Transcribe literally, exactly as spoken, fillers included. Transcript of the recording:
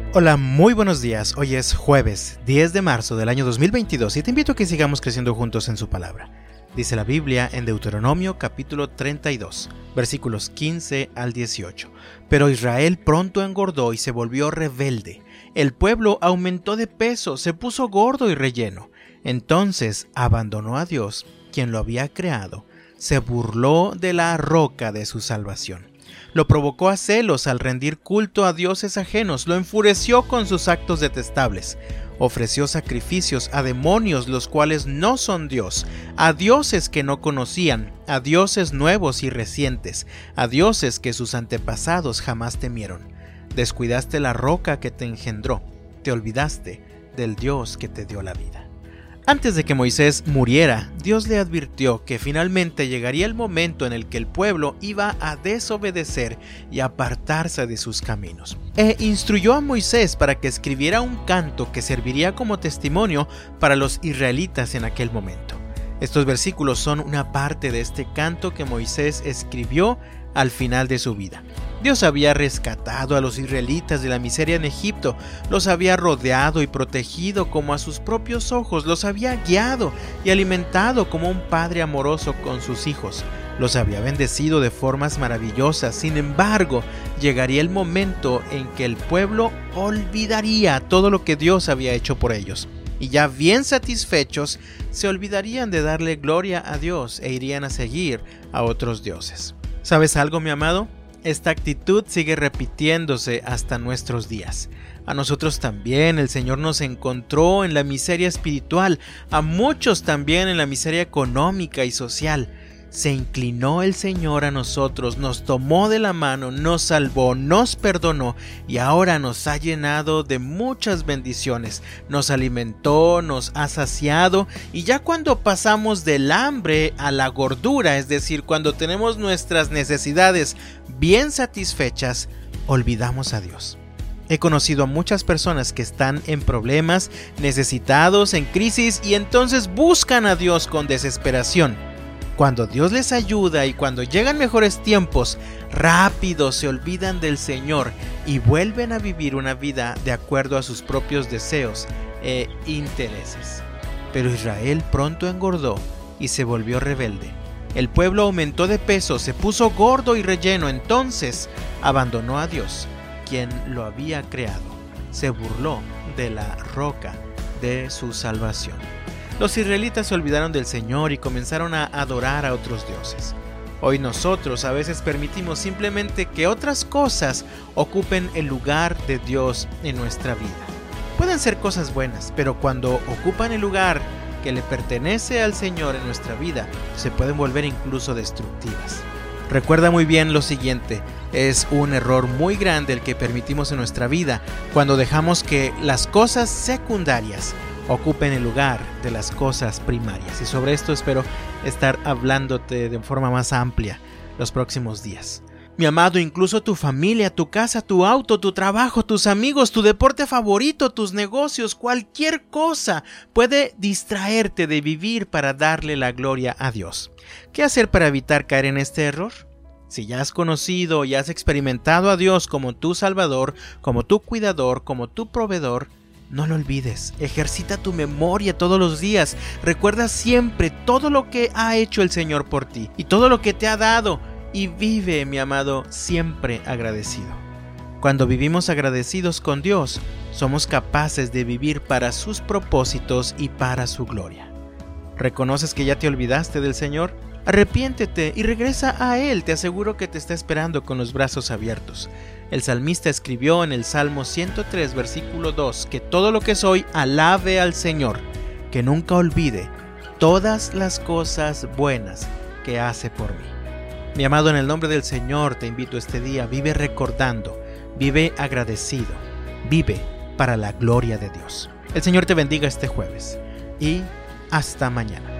Hola, muy buenos días. Hoy es jueves, diez de marzo del año dos mil veintidós y te invito a que sigamos creciendo juntos en su palabra. Dice la Biblia en Deuteronomio capítulo treinta y dos, versículos quince al dieciocho. Pero Israel pronto engordó y se volvió rebelde. El pueblo aumentó de peso, se puso gordo y relleno. Entonces abandonó a Dios, quien lo había creado. Se burló de la roca de su salvación. Lo provocó a celos al rendir culto a dioses ajenos, lo enfureció con sus actos detestables. Ofreció sacrificios a demonios los cuales no son Dios, a dioses que no conocían, a dioses nuevos y recientes, a dioses que sus antepasados jamás temieron. Descuidaste la roca que te engendró, te olvidaste del Dios que te dio la vida. Antes de que Moisés muriera, Dios le advirtió que finalmente llegaría el momento en el que el pueblo iba a desobedecer y apartarse de sus caminos. E instruyó a Moisés para que escribiera un canto que serviría como testimonio para los israelitas en aquel momento. Estos versículos son una parte de este canto que Moisés escribió al final de su vida. Dios había rescatado a los israelitas de la miseria en Egipto, los había rodeado y protegido como a sus propios ojos, los había guiado y alimentado como un padre amoroso con sus hijos, los había bendecido de formas maravillosas. Sin embargo, llegaría el momento en que el pueblo olvidaría todo lo que Dios había hecho por ellos, y ya bien satisfechos, se olvidarían de darle gloria a Dios e irían a seguir a otros dioses. ¿Sabes algo, mi amado? Esta actitud sigue repitiéndose hasta nuestros días. A nosotros también el Señor nos encontró en la miseria espiritual, a muchos también en la miseria económica y social. Se inclinó el Señor a nosotros, nos tomó de la mano, nos salvó, nos perdonó y ahora nos ha llenado de muchas bendiciones. Nos alimentó, nos ha saciado y ya cuando pasamos del hambre a la gordura, es decir, cuando tenemos nuestras necesidades bien satisfechas, olvidamos a Dios. He conocido a muchas personas que están en problemas, necesitados, en crisis y entonces buscan a Dios con desesperación. Cuando Dios les ayuda y cuando llegan mejores tiempos, rápido se olvidan del Señor y vuelven a vivir una vida de acuerdo a sus propios deseos e intereses. Pero Israel pronto engordó y se volvió rebelde. El pueblo aumentó de peso, se puso gordo y relleno, entonces abandonó a Dios, quien lo había creado. Se burló de la roca de su salvación. Los israelitas se olvidaron del Señor y comenzaron a adorar a otros dioses. Hoy nosotros a veces permitimos simplemente que otras cosas ocupen el lugar de Dios en nuestra vida. Pueden ser cosas buenas, pero cuando ocupan el lugar que le pertenece al Señor en nuestra vida, se pueden volver incluso destructivas. Recuerda muy bien lo siguiente, es un error muy grande el que permitimos en nuestra vida cuando dejamos que las cosas secundarias ocupen el lugar de las cosas primarias. Y sobre esto espero estar hablándote de forma más amplia los próximos días. Mi amado, incluso tu familia, tu casa, tu auto, tu trabajo, tus amigos, tu deporte favorito, tus negocios, cualquier cosa puede distraerte de vivir para darle la gloria a Dios. ¿Qué hacer para evitar caer en este error? Si ya has conocido y has experimentado a Dios como tu Salvador, como tu cuidador, como tu proveedor, no lo olvides, ejercita tu memoria todos los días, recuerda siempre todo lo que ha hecho el Señor por ti y todo lo que te ha dado y vive, mi amado, siempre agradecido. Cuando vivimos agradecidos con Dios, somos capaces de vivir para sus propósitos y para su gloria. ¿Reconoces que ya te olvidaste del Señor? Arrepiéntete y regresa a Él, te aseguro que te está esperando con los brazos abiertos. El salmista escribió en el Salmo ciento tres, versículo dos, que todo lo que soy alabe al Señor, que nunca olvide todas las cosas buenas que hace por mí. Mi amado, en el nombre del Señor te invito este día, vive recordando, vive agradecido, vive para la gloria de Dios. El Señor te bendiga este jueves y hasta mañana.